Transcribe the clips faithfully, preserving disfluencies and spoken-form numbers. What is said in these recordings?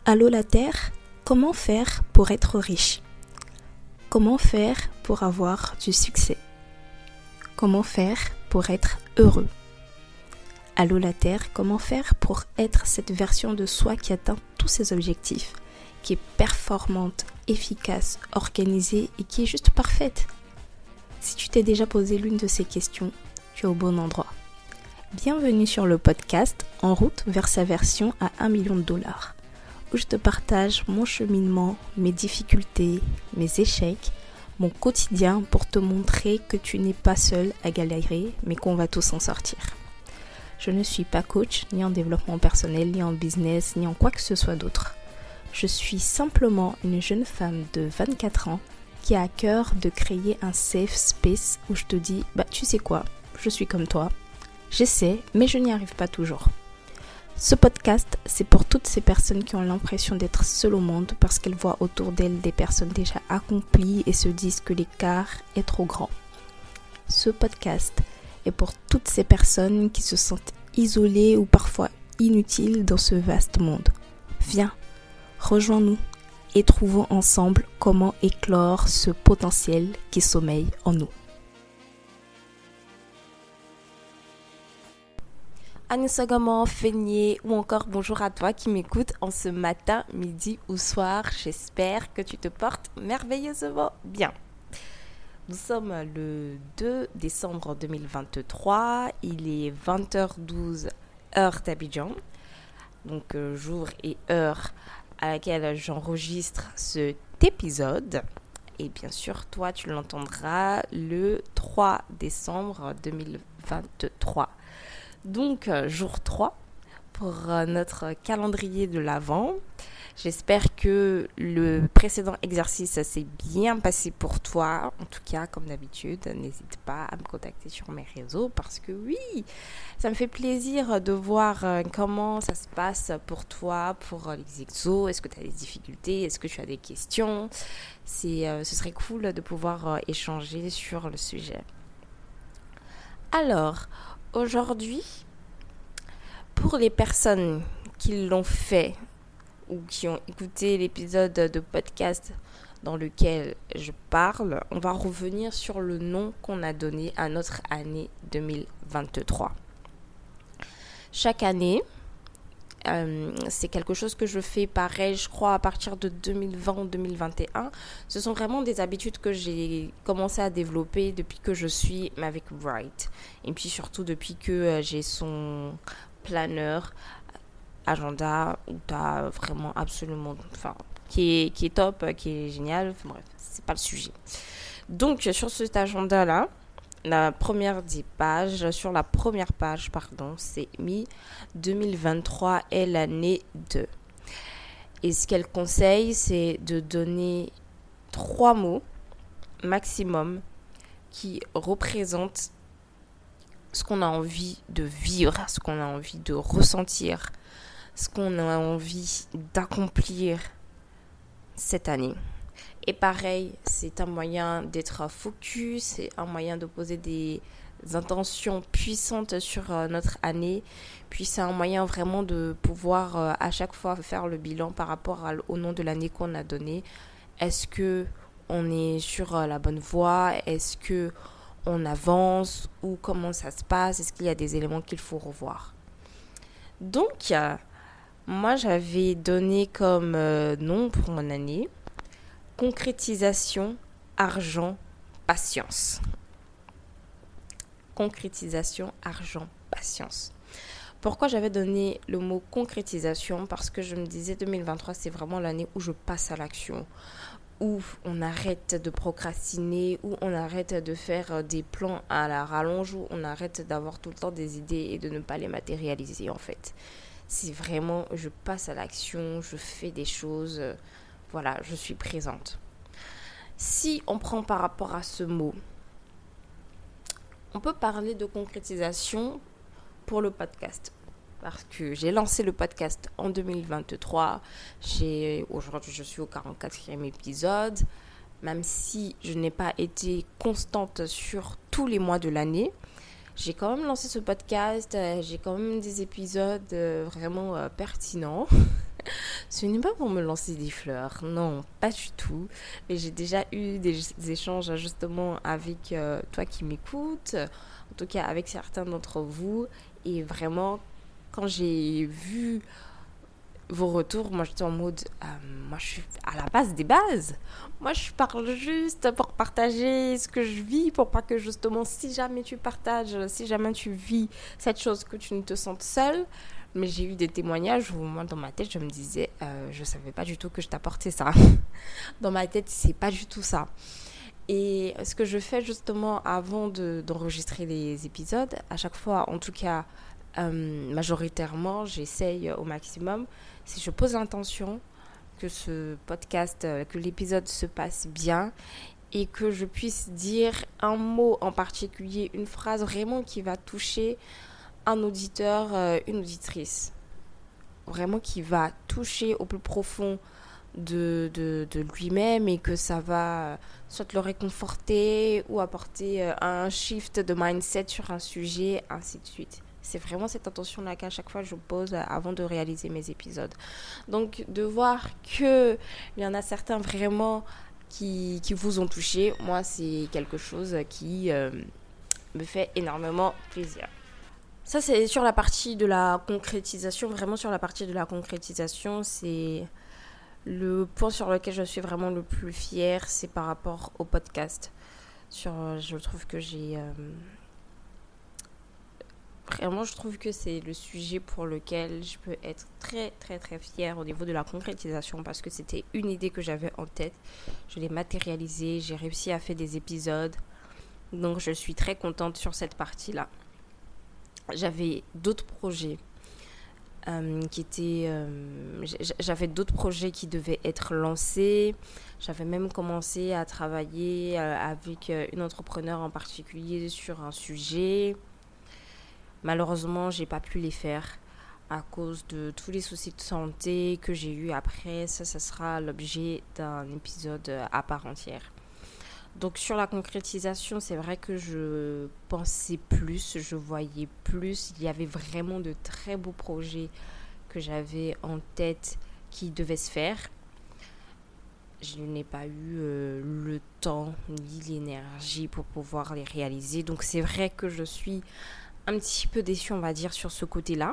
Allô la Terre, comment faire pour être riche? Comment faire pour avoir du succès? Comment faire pour être heureux? Allô la Terre, comment faire pour être cette version de soi qui atteint tous ses objectifs, qui est performante, efficace, organisée et qui est juste parfaite? Si tu t'es déjà posé l'une de ces questions, tu es au bon endroit. Bienvenue sur le podcast En route vers sa version à un million de dollars, où je te partage mon cheminement, mes difficultés, mes échecs, mon quotidien pour te montrer que tu n'es pas seul à galérer, mais qu'on va tous s'en sortir. Je ne suis pas coach, ni en développement personnel, ni en business, ni en quoi que ce soit d'autre. Je suis simplement une jeune femme de vingt-quatre ans qui a à cœur de créer un safe space où je te dis, bah tu sais quoi, je suis comme toi, j'essaie, mais je n'y arrive pas toujours. Ce podcast, c'est pour toutes ces personnes qui ont l'impression d'être seules au monde parce qu'elles voient autour d'elles des personnes déjà accomplies et se disent que l'écart est trop grand. Ce podcast est pour toutes ces personnes qui se sentent isolées ou parfois inutiles dans ce vaste monde. Viens, rejoins-nous et trouvons ensemble comment éclore ce potentiel qui sommeille en nous. Anusagaman, Feigné ou encore bonjour à toi qui m'écoutes en ce matin, midi ou soir. J'espère que tu te portes merveilleusement bien. Nous sommes le deux décembre deux mille vingt-trois, il est vingt heures douze heure d'Abidjan, donc euh, jour et heure à laquelle j'enregistre cet épisode. Et bien sûr, toi, tu l'entendras le trois décembre deux mille vingt-trois. Donc, jour trois pour notre calendrier de l'Avent. J'espère que le précédent exercice s'est bien passé pour toi. En tout cas, comme d'habitude, n'hésite pas à me contacter sur mes réseaux parce que oui, ça me fait plaisir de voir comment ça se passe pour toi, pour les exos. Est-ce que tu as des difficultés? Est-ce que tu as des questions? C'est, ce serait cool de pouvoir échanger sur le sujet. Alors, aujourd'hui, pour les personnes qui l'ont fait ou qui ont écouté l'épisode de podcast dans lequel je parle, on va revenir sur le nom qu'on a donné à notre année deux mille vingt-trois. Chaque année, euh, c'est quelque chose que je fais pareil, je crois, à partir de deux mille vingt ou deux mille vingt et un. Ce sont vraiment des habitudes que j'ai commencé à développer depuis que je suis avec Bright. Et puis surtout depuis que euh, j'ai son planeur, agenda, où tu as vraiment absolument, enfin, qui est, qui est top, qui est génial. Enfin, bref, c'est pas le sujet. Donc, sur cet agenda-là, la première des pages, sur la première page, pardon, c'est mi deux mille vingt-trois est l'année de. Et ce qu'elle conseille, c'est de donner trois mots maximum qui représentent ce qu'on a envie de vivre, ce qu'on a envie de ressentir, ce qu'on a envie d'accomplir cette année. Et pareil, c'est un moyen d'être focus, c'est un moyen de poser des intentions puissantes sur notre année. Puis c'est un moyen vraiment de pouvoir à chaque fois faire le bilan par rapport au nom de l'année qu'on a donné. Est-ce que on est sur la bonne voie? Est-ce que on avance? Ou comment ça se passe? Est-ce qu'il y a des éléments qu'il faut revoir? Donc, euh, moi, j'avais donné comme euh, nom pour mon année concrétisation, argent, patience. Concrétisation, argent, patience. Pourquoi j'avais donné le mot concrétisation? Parce que je me disais deux mille vingt-trois, c'est vraiment l'année où je passe à l'action, où on arrête de procrastiner, où on arrête de faire des plans à la rallonge, où on arrête d'avoir tout le temps des idées et de ne pas les matérialiser en fait. C'est vraiment, je passe à l'action, je fais des choses, euh, voilà, je suis présente. Si on prend par rapport à ce mot, on peut parler de concrétisation pour le podcast. Parce que j'ai lancé le podcast en deux mille vingt-trois. J'ai, aujourd'hui, je suis au quarante-quatrième épisode. Même si je n'ai pas été constante sur tous les mois de l'année, j'ai quand même lancé ce podcast. J'ai quand même des épisodes vraiment pertinents. Ce n'est pas pour me lancer des fleurs, non, pas du tout. Mais j'ai déjà eu des, des échanges justement avec euh, toi qui m'écoutes, en tout cas avec certains d'entre vous. Et vraiment, quand j'ai vu vos retours, moi j'étais en mode, euh, moi je suis à la base des bases. Moi je parle juste pour partager ce que je vis, pour pas que justement si jamais tu partages, si jamais tu vis cette chose, que tu ne te sentes seule. Mais j'ai eu des témoignages où moi dans ma tête je me disais, euh, je savais pas du tout que je t'apportais ça. Dans ma tête c'est pas du tout ça. Et ce que je fais justement avant de, d'enregistrer les épisodes, à chaque fois, en tout cas euh, majoritairement, j'essaye au maximum, si je pose l'intention que ce podcast, euh, que l'épisode se passe bien et que je puisse dire un mot en particulier, une phrase vraiment qui va toucher un auditeur, euh, une auditrice. Vraiment qui va toucher au plus profond de, de, de lui-même et que ça va soit le réconforter ou apporter euh, un shift de mindset sur un sujet, ainsi de suite. C'est vraiment cette intention-là qu'à chaque fois je pose avant de réaliser mes épisodes. Donc de voir qu'il y en a certains vraiment qui, qui vous ont touché, moi c'est quelque chose qui euh, me fait énormément plaisir. Ça c'est sur la partie de la concrétisation, vraiment sur la partie de la concrétisation, c'est le point sur lequel je suis vraiment le plus fière, c'est par rapport au podcast. Sur, je trouve que j'ai... Euh, Vraiment, je trouve que c'est le sujet pour lequel je peux être très, très, très fière au niveau de la concrétisation parce que c'était une idée que j'avais en tête. Je l'ai matérialisée, j'ai réussi à faire des épisodes. Donc, je suis très contente sur cette partie-là. J'avais d'autres projets euh, qui étaient... Euh, j'avais d'autres projets qui devaient être lancés. J'avais même commencé à travailler euh, avec une entrepreneure en particulier sur un sujet. Malheureusement, j'ai pas pu les faire à cause de tous les soucis de santé que j'ai eu après. Ça, ça sera l'objet d'un épisode à part entière. Donc sur la concrétisation, c'est vrai que je pensais plus, je voyais plus. Il y avait vraiment de très beaux projets que j'avais en tête qui devaient se faire. Je n'ai pas eu euh, le temps ni l'énergie pour pouvoir les réaliser. Donc c'est vrai que je suis un petit peu déçue, on va dire, sur ce côté-là.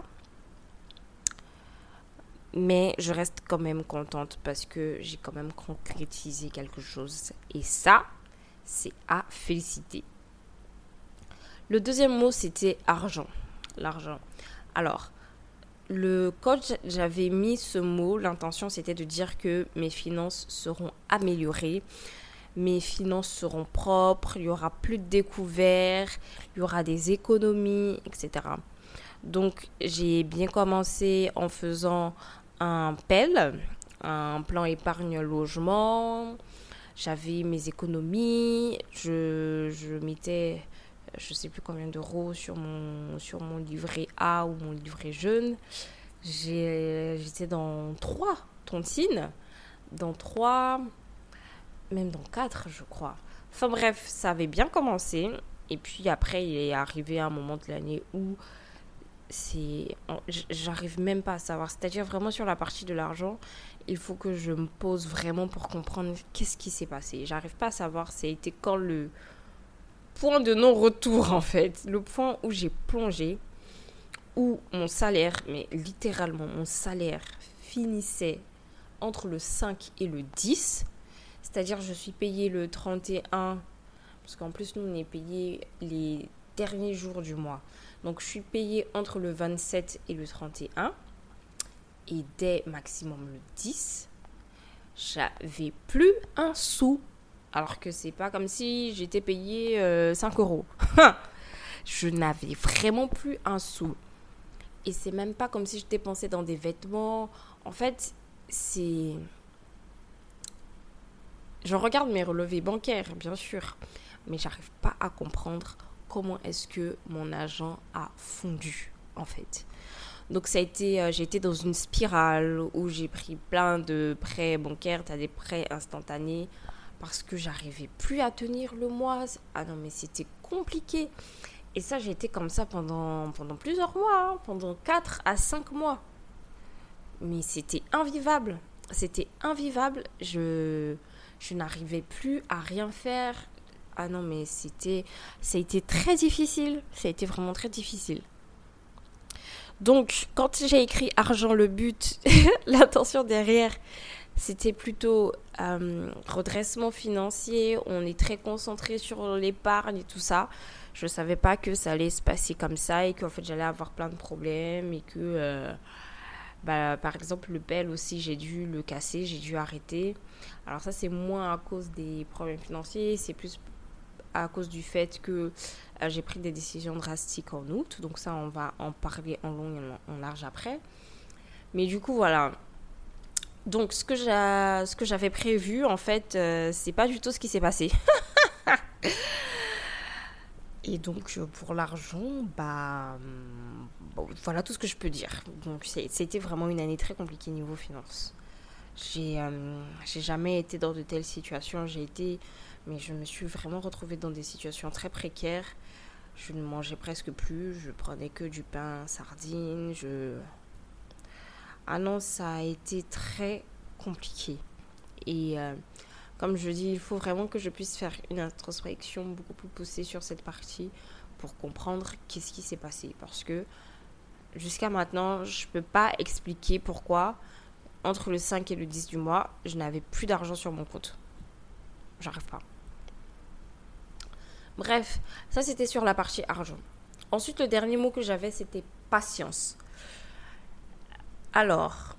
Mais je reste quand même contente parce que j'ai quand même concrétisé quelque chose. Et ça, c'est à féliciter. Le deuxième mot, c'était argent. L'argent. Alors, le coach, j'avais mis ce mot, l'intention, c'était de dire que mes finances seront améliorées. Mes finances seront propres, il y aura plus de découverts, il y aura des économies, et cetera. Donc, j'ai bien commencé en faisant un P E L, un plan épargne logement. J'avais mes économies, je, je mettais, je ne sais plus combien d'euros sur mon, sur mon livret A ou mon livret jeune. J'ai, j'étais dans trois tontines, dans trois... même dans quatre, je crois. Enfin bref, ça avait bien commencé. Et puis après, il est arrivé un moment de l'année où c'est... j'arrive même pas à savoir. C'est-à-dire vraiment sur la partie de l'argent, il faut que je me pose vraiment pour comprendre qu'est-ce qui s'est passé. J'arrive pas à savoir. Ça a été quand le point de non-retour, en fait. Le point où j'ai plongé, où mon salaire, mais littéralement, mon salaire finissait entre le cinq et le dix. C'est-à-dire, je suis payée le trente et un, parce qu'en plus, nous, on est payé les derniers jours du mois. Donc, je suis payée entre le vingt-sept et le trente et un. Et dès maximum le dix, j'avais plus un sou. Alors que c'est pas comme si j'étais payée euh, cinq euros. Je n'avais vraiment plus un sou. Et c'est même pas comme si je dépensais dans des vêtements. En fait, c'est... Je regarde mes relevés bancaires, bien sûr, mais j'arrive pas à comprendre comment est-ce que mon argent a fondu, en fait. Donc, ça a été, euh, j'ai été dans une spirale où j'ai pris plein de prêts bancaires, t'as des prêts instantanés, parce que j'arrivais plus à tenir le mois. Ah non, mais c'était compliqué. Et ça, j'ai été comme ça pendant, pendant plusieurs mois, hein, pendant quatre à cinq mois. mais c'était invivable. C'était invivable. Je, je n'arrivais plus à rien faire. Ah non, mais c'était, ça a été très difficile. Ça a été vraiment très difficile. Donc, quand j'ai écrit « Argent, le but », l'intention derrière, c'était plutôt euh, redressement financier. On est très concentré sur l'épargne et tout ça. Je ne savais pas que ça allait se passer comme ça et qu'en fait, j'allais avoir plein de problèmes et que, euh, bah, par exemple, le P E L aussi, j'ai dû le casser, j'ai dû arrêter. Alors ça, c'est moins à cause des problèmes financiers, c'est plus à cause du fait que euh, j'ai pris des décisions drastiques en août. Donc ça, on va en parler en long et en large après. Mais du coup, voilà. Donc, ce que, j'a, ce que j'avais prévu, en fait, euh, c'est pas du tout ce qui s'est passé. Et donc, pour l'argent, bah, bon, voilà tout ce que je peux dire. Donc, c'est, c'était vraiment une année très compliquée niveau finance. J'ai, euh, j'ai jamais été dans de telles situations. J'ai été, mais je me suis vraiment retrouvée dans des situations très précaires. Je ne mangeais presque plus. Je prenais que du pain, sardines. Je... Ah non, ça a été très compliqué. Et euh, comme je dis, il faut vraiment que je puisse faire une introspection beaucoup plus poussée sur cette partie pour comprendre qu'est-ce qui s'est passé. Parce que jusqu'à maintenant, je ne peux pas expliquer pourquoi, entre le cinq et le dix du mois, je n'avais plus d'argent sur mon compte. J'arrive pas. Bref, ça c'était sur la partie argent. Ensuite, le dernier mot que j'avais, c'était patience. Alors,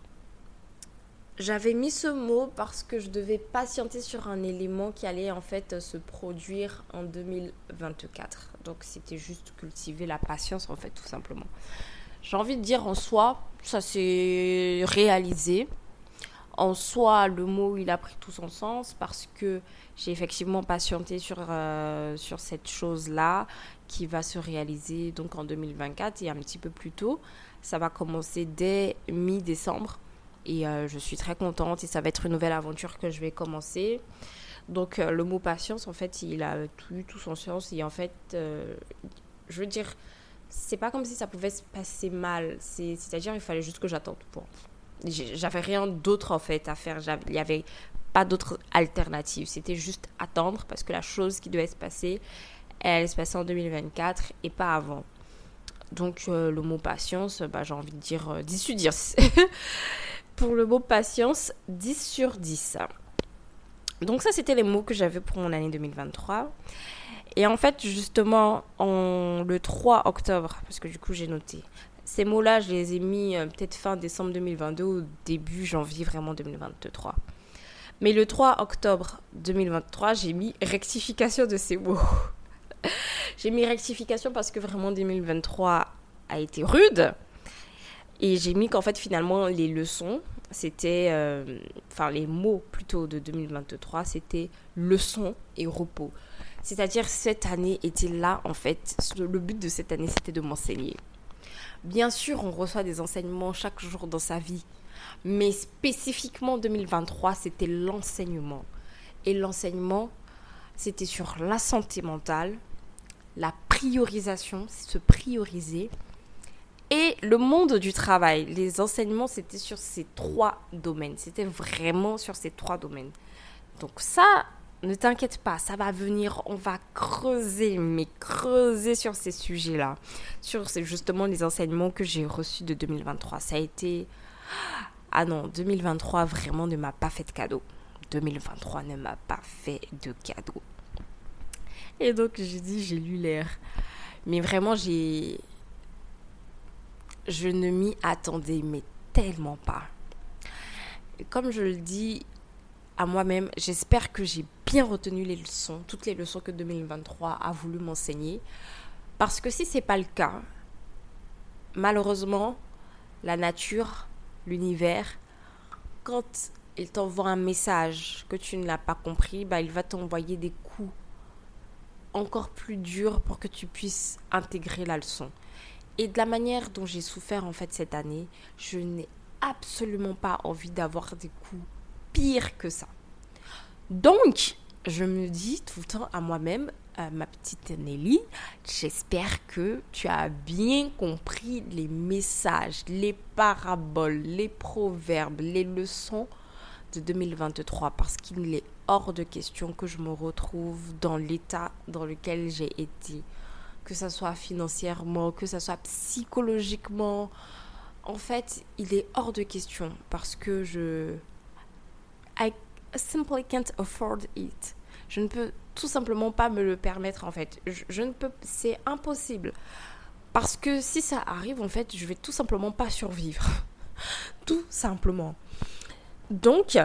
j'avais mis ce mot parce que je devais patienter sur un élément qui allait en fait se produire en deux mille vingt-quatre. Donc, c'était juste cultiver la patience en fait, tout simplement. J'ai envie de dire en soi, ça s'est réalisé. En soi, le mot, il a pris tout son sens parce que j'ai effectivement patienté sur, euh, sur cette chose-là qui va se réaliser donc en deux mille vingt-quatre et un petit peu plus tôt. Ça va commencer dès mi-décembre et euh, je suis très contente et ça va être une nouvelle aventure que je vais commencer. Donc euh, le mot patience, en fait, il a tout, tout son sens et en fait, euh, je veux dire, c'est pas comme si ça pouvait se passer mal. C'est, c'est-à-dire, il fallait juste que j'attende. Bon. J'avais rien d'autre en fait à faire. J'avais, il n'y avait pas d'autre alternative. C'était juste attendre parce que la chose qui devait se passer, elle allait se passer en deux mille vingt-quatre et pas avant. Donc euh, le mot patience, bah, j'ai envie de dire euh, dix sur dix. Pour le mot patience, dix sur dix. Donc ça, c'était les mots que j'avais pour mon année deux mille vingt-trois. Et en fait, justement, en, le trois octobre, parce que du coup, j'ai noté, ces mots-là, je les ai mis euh, peut-être fin décembre deux mille vingt-deux ou début janvier vraiment deux mille vingt-trois. Mais le trois octobre deux mille vingt-trois, j'ai mis rectification de ces mots. J'ai mis rectification parce que vraiment deux mille vingt-trois a été rude. Et j'ai mis qu'en fait, finalement, les leçons, c'était... Euh, enfin, les mots plutôt de deux mille vingt-trois, c'était leçon et repos. C'est-à-dire, cette année était là, en fait. Le but de cette année, c'était de m'enseigner. Bien sûr, on reçoit des enseignements chaque jour dans sa vie. Mais spécifiquement deux mille vingt-trois, c'était l'enseignement. Et l'enseignement, c'était sur la santé mentale, la priorisation, se prioriser, et le monde du travail. Les enseignements, c'était sur ces trois domaines. C'était vraiment sur ces trois domaines. Donc ça, ne t'inquiète pas, ça va venir, on va creuser, mais creuser sur ces sujets-là. Sur ces, justement les enseignements que j'ai reçus de deux mille vingt-trois. Ça a été... Ah non, deux mille vingt-trois vraiment ne m'a pas fait de cadeau. deux mille vingt-trois ne m'a pas fait de cadeau. Et donc j'ai dit, j'ai lu l'air. Mais vraiment, j'ai... Je ne m'y attendais, mais tellement pas. Et comme je le dis à moi-même, j'espère que j'ai bien retenu les leçons, toutes les leçons que deux mille vingt-trois a voulu m'enseigner. Parce que si ce n'est pas le cas, malheureusement, la nature, l'univers, quand il t'envoie un message que tu ne l'as pas compris, bah, il va t'envoyer des coups encore plus durs pour que tu puisses intégrer la leçon. Et de la manière dont j'ai souffert en fait cette année, je n'ai absolument pas envie d'avoir des coups pires que ça. Donc, je me dis tout le temps à moi-même, euh, ma petite Nelly. J'espère que tu as bien compris les messages, les paraboles, les proverbes, les leçons de deux mille vingt-trois, parce qu'il est hors de question que je me retrouve dans l'état dans lequel j'ai été, que ça soit financièrement, que ça soit psychologiquement. En fait, il est hors de question parce que je I simply can't afford it. Je ne peux tout simplement pas me le permettre en fait. Je, je ne peux, c'est impossible. Parce que si ça arrive en fait, je vais tout simplement pas survivre. Tout simplement. Donc,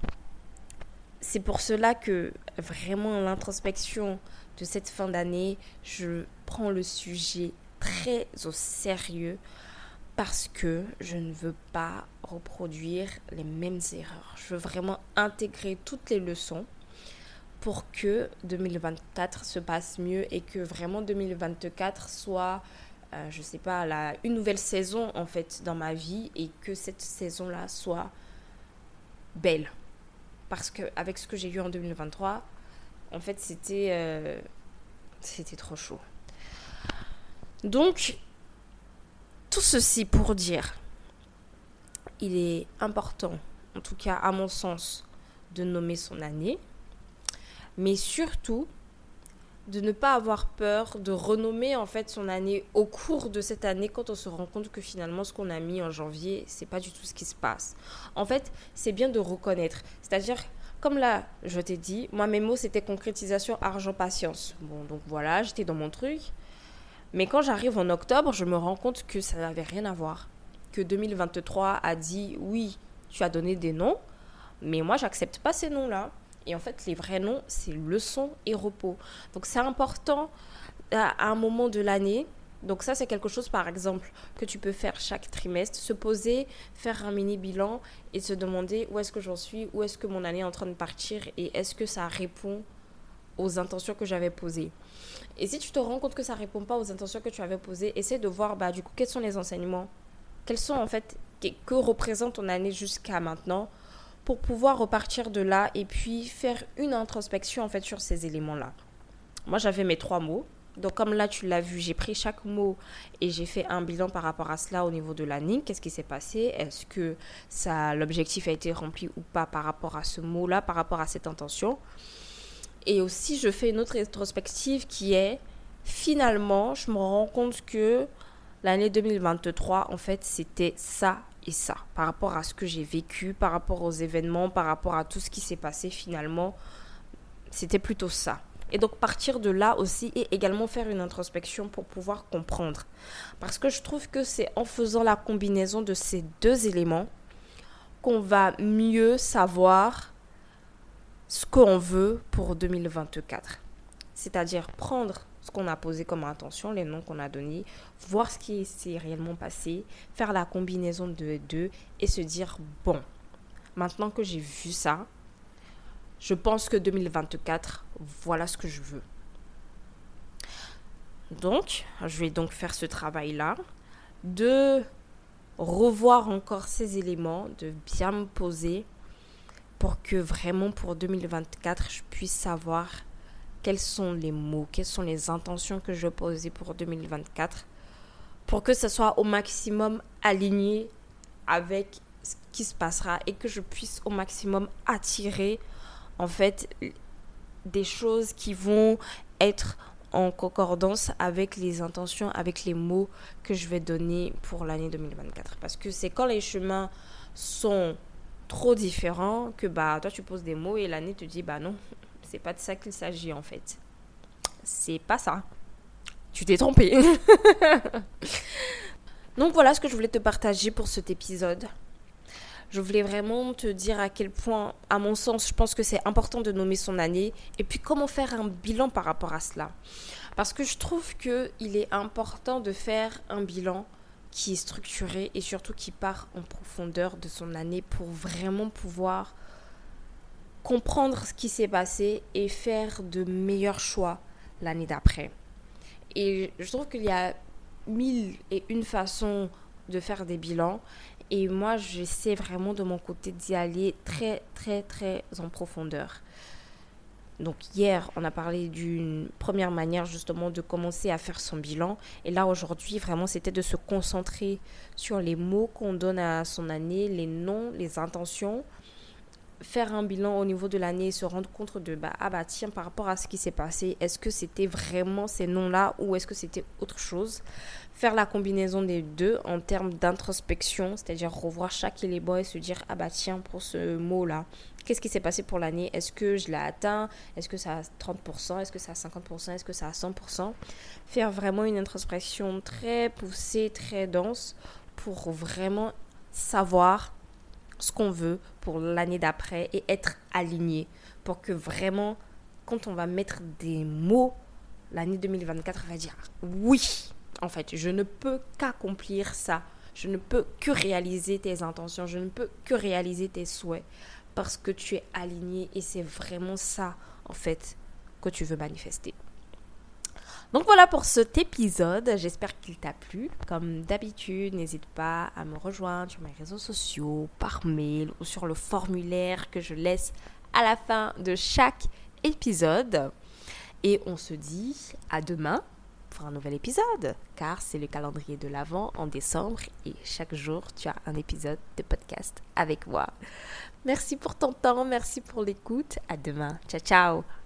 c'est pour cela que vraiment l'introspection de cette fin d'année, je prends le sujet très au sérieux parce que je ne veux pas reproduire les mêmes erreurs. Je veux vraiment intégrer toutes les leçons pour que deux mille vingt-quatre se passe mieux et que vraiment deux mille vingt-quatre soit, euh, je sais pas, la, une nouvelle saison en fait dans ma vie et que cette saison-là soit belle. Parce qu'avec ce que j'ai eu en deux mille vingt-trois, en fait, c'était, euh, c'était trop chaud. Donc, tout ceci pour dire, il est important, en tout cas à mon sens, de nommer son année, mais surtout de ne pas avoir peur de renommer en fait son année au cours de cette année quand on se rend compte que finalement ce qu'on a mis en janvier, c'est pas du tout ce qui se passe. En fait, c'est bien de reconnaître. C'est-à-dire, comme là, je t'ai dit, moi mes mots c'était concrétisation, argent, patience. Bon, donc voilà, j'étais dans mon truc. Mais quand j'arrive en octobre, je me rends compte que ça n'avait rien à voir. Que deux mille vingt-trois a dit, oui, tu as donné des noms, mais moi j'accepte pas ces noms-là. Et en fait, les vrais noms, c'est leçon et repos. Donc, c'est important à un moment de l'année. Donc, ça, c'est quelque chose, par exemple, que tu peux faire chaque trimestre. Se poser, faire un mini-bilan et se demander où est-ce que j'en suis, où est-ce que mon année est en train de partir et est-ce que ça répond aux intentions que j'avais posées. Et si tu te rends compte que ça ne répond pas aux intentions que tu avais posées, essaie de voir, bah, du coup, quels sont les enseignements. Quels sont, en fait, que représente ton année jusqu'à maintenant pour pouvoir repartir de là et puis faire une introspection en fait sur ces éléments-là. Moi, j'avais mes trois mots. Donc, comme là, tu l'as vu, j'ai pris chaque mot et j'ai fait un bilan par rapport à cela au niveau de l'année. Qu'est-ce qui s'est passé? Est-ce que ça, l'objectif a été rempli ou pas par rapport à ce mot-là, par rapport à cette intention? Et aussi, je fais une autre rétrospective qui est, finalement, je me rends compte que l'année deux mille vingt-trois, en fait, c'était ça et ça. Par rapport à ce que j'ai vécu, par rapport aux événements, par rapport à tout ce qui s'est passé, finalement, c'était plutôt ça. Et donc, partir de là aussi et également faire une introspection pour pouvoir comprendre. Parce que je trouve que c'est en faisant la combinaison de ces deux éléments qu'on va mieux savoir ce qu'on veut pour deux mille vingt-quatre. C'est-à-dire prendre ce qu'on a posé comme intention, les noms qu'on a donnés, voir ce qui s'est réellement passé, faire la combinaison de deux et se dire, bon, maintenant que j'ai vu ça, je pense que deux mille vingt-quatre, voilà ce que je veux. Donc, je vais donc faire ce travail-là, de revoir encore ces éléments, de bien me poser pour que vraiment pour deux mille vingt-quatre, je puisse savoir quels sont les mots, quelles sont les intentions que je vais poser pour deux mille vingt-quatre pour que ça soit au maximum aligné avec ce qui se passera et que je puisse au maximum attirer en fait des choses qui vont être en concordance avec les intentions, avec les mots que je vais donner pour l'année deux mille vingt-quatre. Parce que c'est quand les chemins sont trop différents que bah toi tu poses des mots et l'année te dit bah non, c'est pas de ça qu'il s'agit en fait. C'est pas ça. Tu t'es trompé. Donc voilà ce que je voulais te partager pour cet épisode. Je voulais vraiment te dire à quel point, à mon sens, je pense que c'est important de nommer son année et puis comment faire un bilan par rapport à cela. Parce que je trouve qu'il est important de faire un bilan qui est structuré et surtout qui part en profondeur de son année pour vraiment pouvoir comprendre ce qui s'est passé et faire de meilleurs choix l'année d'après. Et je trouve qu'il y a mille et une façons de faire des bilans. Et moi, j'essaie vraiment de mon côté d'y aller très, très, très en profondeur. Donc hier, on a parlé d'une première manière justement de commencer à faire son bilan. Et là, aujourd'hui, vraiment, c'était de se concentrer sur les mots qu'on donne à son année, les noms, les intentions. Faire un bilan au niveau de l'année et se rendre compte de, bah, ah bah tiens, par rapport à ce qui s'est passé, est-ce que c'était vraiment ces noms-là ou est-ce que c'était autre chose? Faire la combinaison des deux en termes d'introspection, c'est-à-dire revoir chaque élément et se dire, ah bah tiens, pour ce mot-là, qu'est-ce qui s'est passé pour l'année? Est-ce que je l'ai atteint? Est-ce que ça a trente pour cent? Est-ce que ça a cinquante pour cent? Est-ce que ça a cent pour cent? Faire vraiment une introspection très poussée, très dense pour vraiment savoir ce qu'on veut pour l'année d'après et être aligné pour que vraiment, quand on va mettre des mots, l'année deux mille vingt-quatre va dire oui, en fait, je ne peux qu'accomplir ça. Je ne peux que réaliser tes intentions, je ne peux que réaliser tes souhaits parce que tu es aligné et c'est vraiment ça, en fait, que tu veux manifester. Donc voilà pour cet épisode, j'espère qu'il t'a plu. Comme d'habitude, n'hésite pas à me rejoindre sur mes réseaux sociaux, par mail ou sur le formulaire que je laisse à la fin de chaque épisode. Et on se dit à demain pour un nouvel épisode, car c'est le calendrier de l'Avent en décembre et chaque jour tu as un épisode de podcast avec moi. Merci pour ton temps, merci pour l'écoute, à demain, ciao ciao.